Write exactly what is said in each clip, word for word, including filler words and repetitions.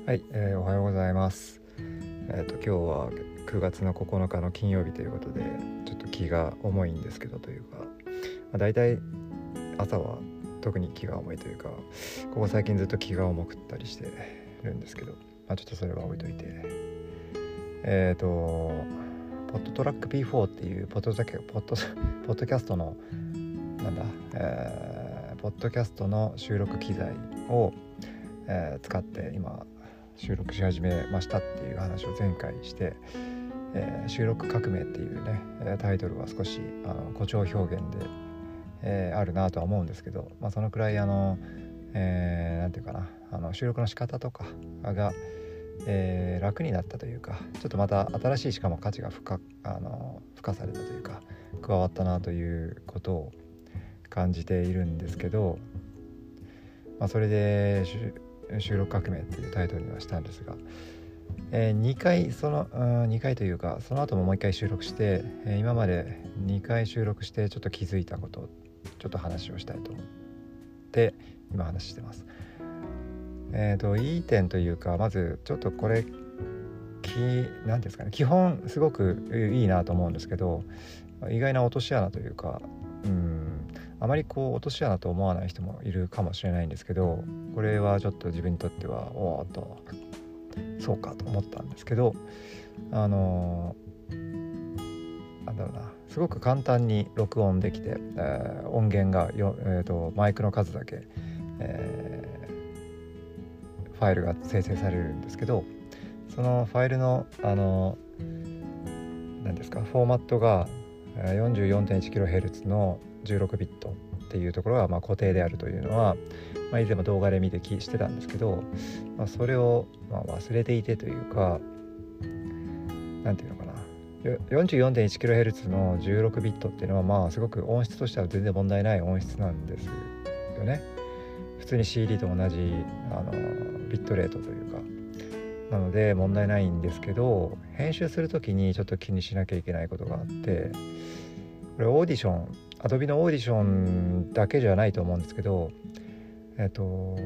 はい、えー、おはようございます。えーと今日はくがつのここのかの金曜日ということで、ちょっと気が重いんですけどというか、まあ、だいたい朝は特に気が重いというか、ここ最近ずっと気が重くったりしてるんですけど、まあ、ちょっとそれは置いといて、えーとポッドトラック ピーフォー っていうポッドポッドポッドキャストのなんだ、えー、ポッドキャストの収録機材を、えー、使って今収録し始めましたっていう話を前回して、えー、収録革命っていうねタイトルは少しあの誇張表現で、えー、あるなとは思うんですけど、まあ、そのくらいあの、えー、なんていうかなあの収録の仕方とかが、えー、楽になったというか、ちょっとまた新しいしかも価値が付加、あの付加されたというか加わったなということを感じているんですけど、まあ、それで収録革命っていうタイトルにはしたんですが、えー、にかいその、うん、にかいというかその後ももういっかい収録して、えー、今までにかい収録してちょっと気づいたことをちょっと話をしたいと思って今話してます。えーといい点というか、まずちょっとこれ何ですかね、基本すごくいいなと思うんですけど、意外な落とし穴というか、うんあまりこう落とし穴と思わない人もいるかもしれないんですけど、これはちょっと自分にとってはおーっとそうかと思ったんですけど、あのなんだろうな、すごく簡単に録音できて、えー、音源がよ、えーと、マイクの数だけ、えー、ファイルが生成されるんですけど、そのファイルのあの何ですかフォーマットが よんじゅうよんてんいちキロヘルツ のじゅうろくビットっていうところがまあ固定であるというのは、まあ、以前も動画で見てきしてたんですけど、まあ、それをまあ忘れていてというか、なんていうのかな、 よんじゅうよんてんいちキロヘルツ のじゅうろくビットっていうのはまあすごく音質としては全然問題ない音質なんですよね。普通に シーディー と同じあのビットレートというかなので問題ないんですけど、編集するときにちょっと気にしなきゃいけないことがあって、これオーディション Adobe のオーディションだけじゃないと思うんですけど、えっと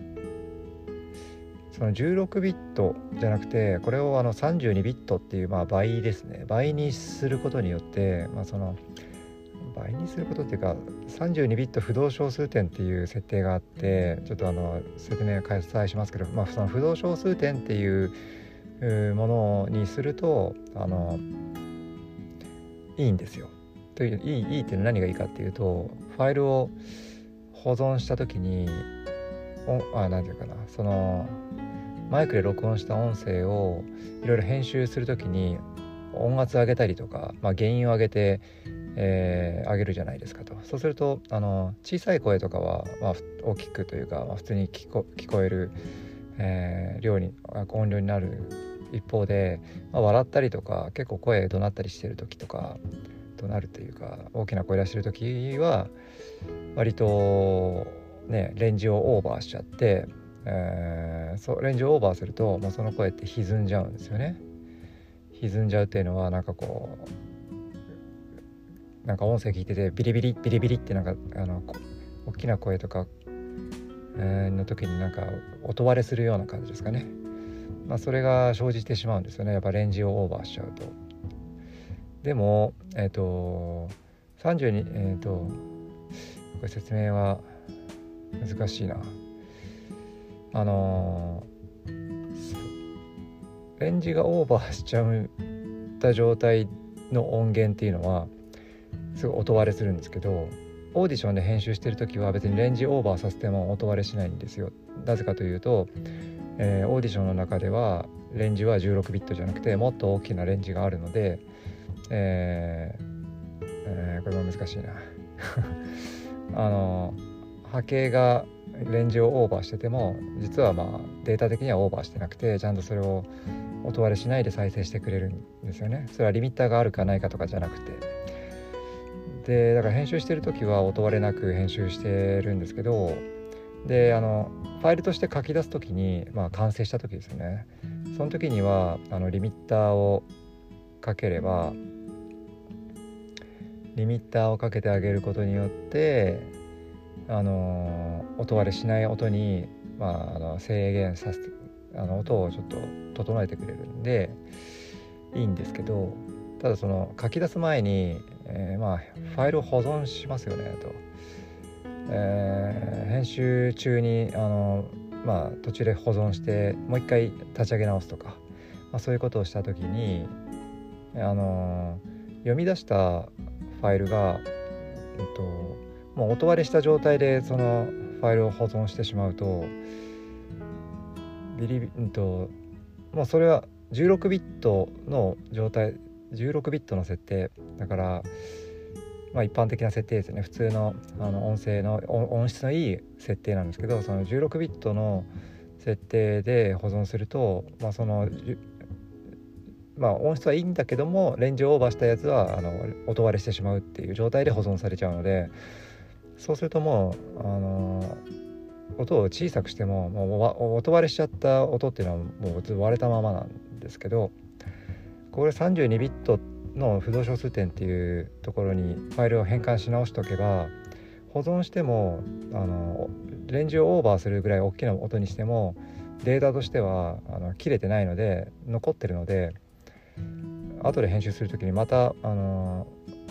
そのじゅうろくビットじゃなくて、これをあのさんじゅうにビットっていうまあ倍ですね、倍にすることによって、まあ、その倍にすることっていうかさんじゅうにビット不動小数点っていう設定があって、ちょっとあの説明を開催しますけど、まあ、その不動小数点っていうものにするとあのいいんですよ。といういいいいって何がいいかっていうと、ファイルを保存した時におあなんていうかなそのマイクで録音した音声をいろいろ編集するときに音圧上げたりとか、まあ、原因を上げて、えー、上げるじゃないですかと。そうするとあの小さい声とかは、まあ、大きくというか、まあ、普通に聞こ、聞こえる、えー、量に音量になる一方で、まあ、笑ったりとか結構声怒鳴ったりしてる時とか怒鳴るというか大きな声出してる時は割とねレンジをオーバーしちゃって、えー、そうレンジをオーバーするともうその声って歪んじゃうんですよね。歪んじゃうっていうのはなんかこうなんか音声聞いててビリビリビリビリってなんかあの大きな声とか、えー、の時になんか音割れするような感じですかね。まあ、それが生じてしまうんですよね、やっぱレンジをオーバーしちゃうと。でもえっ、ー、とさんじゅうにえっ、ー、とこれ説明は難しいな。あのー、レンジがオーバーしちゃった状態の音源っていうのはすごい音割れするんですけど、オーディションで編集してる時は別にレンジオーバーさせても音割れしないんですよ。なぜかというと、えー、オーディションの中ではレンジはじゅうろくビットじゃなくてもっと大きなレンジがあるので、えーえー、これも難しいなあの波形がレンジをオーバーしてても実はまあデータ的にはオーバーしてなくて、ちゃんとそれを音割れしないで再生してくれるんですよね。それはリミッターがあるかないかとかじゃなくて、でだから編集してる時は音割れなく編集してるんですけど、であのファイルとして書き出す時に、まあ、完成した時ですよね。その時にはあのリミッターをかければリミッターをかけてあげることによってあの音割れしない音に、まあ、あの制限させてあの音をちょっと整えてくれるんでいいんですけど、ただその書き出す前に、えー、まあファイルを保存しますよねと、えー、編集中にあのまあ途中で保存してもう一回立ち上げ直すとか、まあ、そういうことをした時にあの読み出したファイルが、えっと、もう音割れした状態でそのファイルを保存してしまうとビリビ、うんと、もうそれはじゅうろくビットの状態、じゅうろくビットの設定だから、まあ、一般的な設定ですね。普通の、あの音声の音質のいい設定なんですけど、そのじゅうろくビットの設定で保存すると、まあそのまあ、音質はいいんだけどもレンジをオーバーしたやつはあの音割れしてしまうっていう状態で保存されちゃうので、そうするともうあの音を小さくしても、もう音割れしちゃった音っていうのはもうずっと割れたままなんですけど、これさんじゅうにビットの不動小数点っていうところにファイルを変換し直しておけば、保存してもあのレンジをオーバーするぐらい大きな音にしてもデータとしてはあの切れてないので残ってるので、後で編集するときにまたあの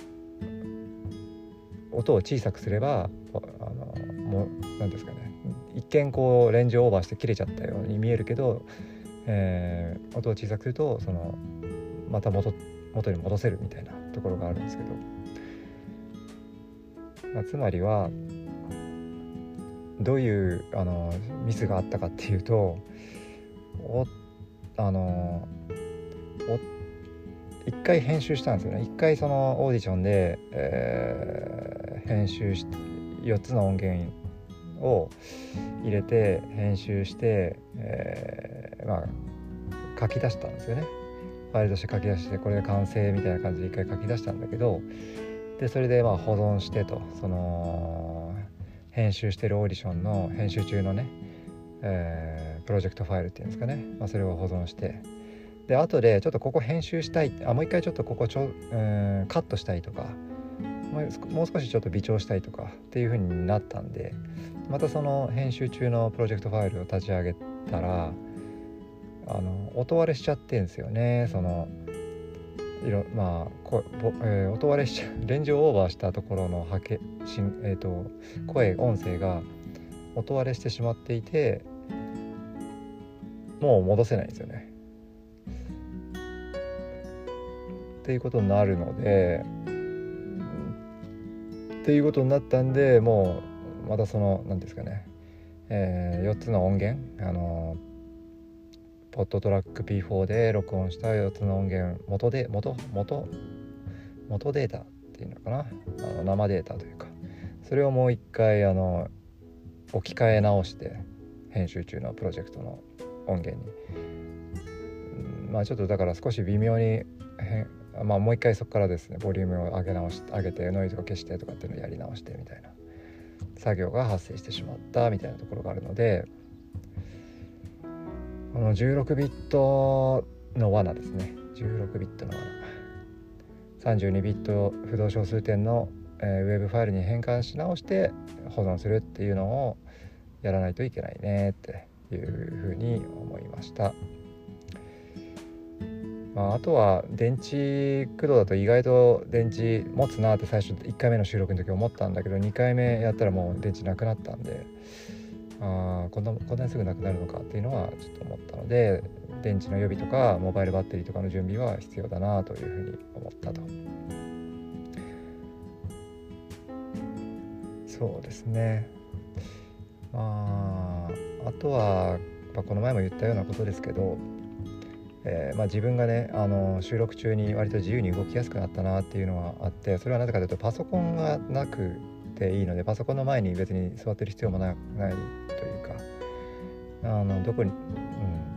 音を小さくすればあのもう何ですかね、一見こうレンジをオーバーして切れちゃったように見えるけど、えー、音を小さくするとそのまた 元, 元に戻せるみたいなところがあるんですけど、まあ、つまりはどういうあのミスがあったかっていうと、おあのお一回編集したんですよね。一回そのオーディションで、えー、編集してよっつの音源を入れて編集して、えー、まあ書き出したんですよね。ファイルとして書き出して、これで完成みたいな感じで一回書き出したんだけど、でそれでまあ保存してと、その編集してるオーディションの編集中のね、えー、プロジェクトファイルっていうんですかね、まあ、それを保存して、で後でちょっとここ編集したい、あもう一回ちょっとここちょ、うん、カットしたいとか、もう少しちょっと微調したいとかっていう風になったんで、またその編集中のプロジェクトファイルを立ち上げたらあの音割れしちゃってんですよね。その色まあこ、えー、音割れしちゃレンジをオーバーしたところの波形、えーと、声音声が音割れしてしまっていて、もう戻せないんですよねっていうことになるので、っていうことになったんで、もうまたその何ですかね、えー、よっつの音源、あのポッドトラック ピーフォー で録音したよっつの音源元で元元元データっていうのかな、あの生データというか、それをもう一回あの置き換え直して編集中のプロジェクトの音源に、まあちょっとだから少し微妙にまあもう一回そこからですねボリュームを上げ直し上げてノイズを消してとかっていうのをやり直してみたいな作業が発生してしまったみたいなところがあるので、このじゅうろくビットの罠ですね。じゅうろくビットの罠、さんじゅうにビット不動小数点の、えー、ウェブファイルに変換し直して保存するっていうのをやらないといけないねっていうふうに思いました。まあ、あとは電池駆動だと意外と電池持つなって最初いっかいめの収録の時思ったんだけど、にかいめやったらもう電池なくなったんで、あこんなこんなにすぐなくなるのかっていうのはちょっと思ったので、電池の予備とかモバイルバッテリーとかの準備は必要だなというふうに思ったと。そうですね。まああとは、まあ、この前も言ったようなことですけど、えーまあ、自分がねあの収録中に割と自由に動きやすくなったなっていうのがあって、それはなぜかというとパソコンがなくていいので、パソコンの前に別に座ってる必要も な, ないというか、あのどこに、うん、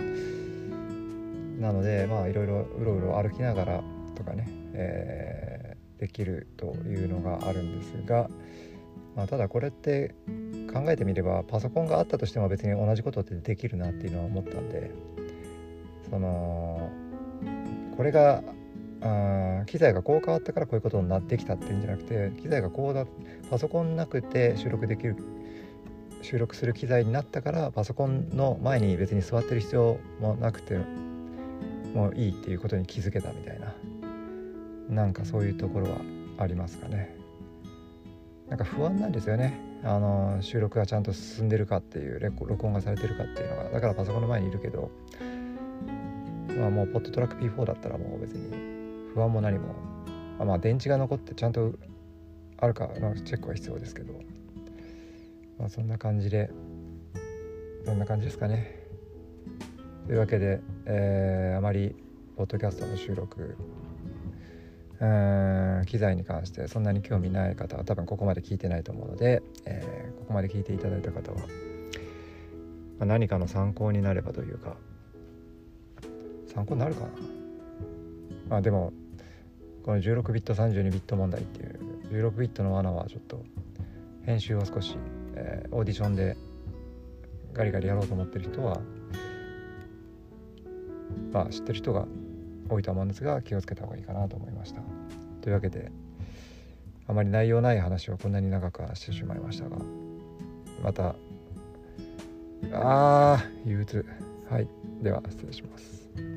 なのでまあいろいろうろうろ歩きながらとかね、えー、できるというのがあるんですが、まあ、ただこれって考えてみればパソコンがあったとしても別に同じことってできるなっていうのは思ったんで、そのこれがあ機材がこう変わったからこういうことになってきたっていうんじゃなくて、機材がこうだパソコンなくて収録できる収録する機材になったからパソコンの前に別に座ってる必要もなくてもういいっていうことに気づけたみたいな、なんかそういうところはありますかね。なんか不安なんですよね、あの収録がちゃんと進んでるかっていう、録音がされてるかっていうのが。だからパソコンの前にいるけど、まあ、もうポッドトラック ピーフォー だったらもう別に不安も何も、あまあ電池が残ってちゃんとあるかのチェックは必要ですけど、まあ、そんな感じでそんな感じですかね。というわけで、えー、あまりポッドキャストの収録うーん機材に関してそんなに興味ない方は多分ここまで聞いてないと思うので、えー、ここまで聞いていただいた方は、まあ、何かの参考になればというか、参考になるかな。まあでもこのじゅうろくビットさんじゅうにビット問題っていうじゅうろくビットの罠はちょっと編集を少し、えー、オーディションでガリガリやろうと思ってる人はまあ知ってる人が多いと思うんですが、気をつけた方がいいかなと思いました。というわけであまり内容ない話をこんなに長く話してしまいましたが、またあー憂鬱。はい、では失礼します。